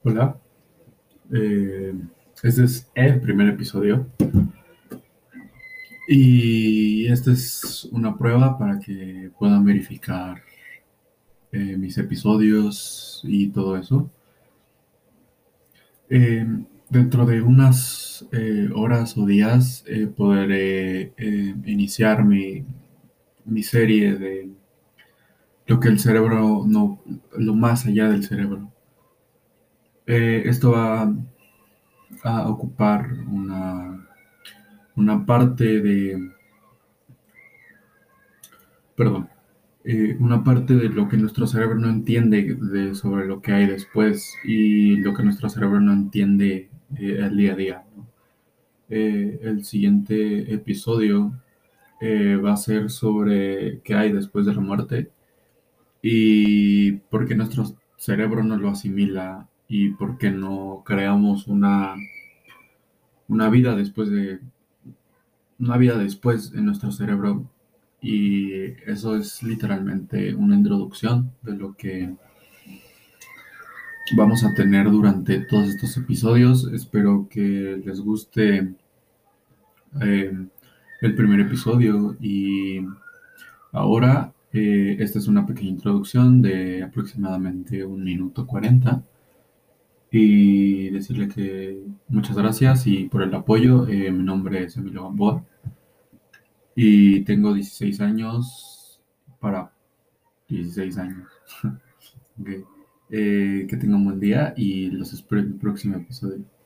Hola, eh, este es el primer episodio y esta es una prueba para que puedan verificar mis episodios y todo eso. Eh, Dentro de unas horas o días podré iniciar mi serie de lo que el cerebro no, lo más allá del cerebro. Esto va a ocupar una parte perdón, una parte de lo que nuestro cerebro no entiende sobre lo que hay después y lo que nuestro cerebro no entiende al día a día, ¿no? El siguiente episodio va a ser sobre qué hay después de la muerte y por qué nuestro cerebro no lo asimila y por qué no creamos una vida después de una vida después en nuestro cerebro. Y eso es literalmente una introducción de lo que vamos a tener durante todos estos episodios. Espero que les guste eh, el primer episodio y ahora esta es una pequeña introducción de aproximadamente 1 minuto 40 y decirle que muchas gracias y por el apoyo. Mi nombre es Emilio Gamboa y tengo 16 años para 16 años. Ok. Que tengan un buen día y los espero en el próximo episodio.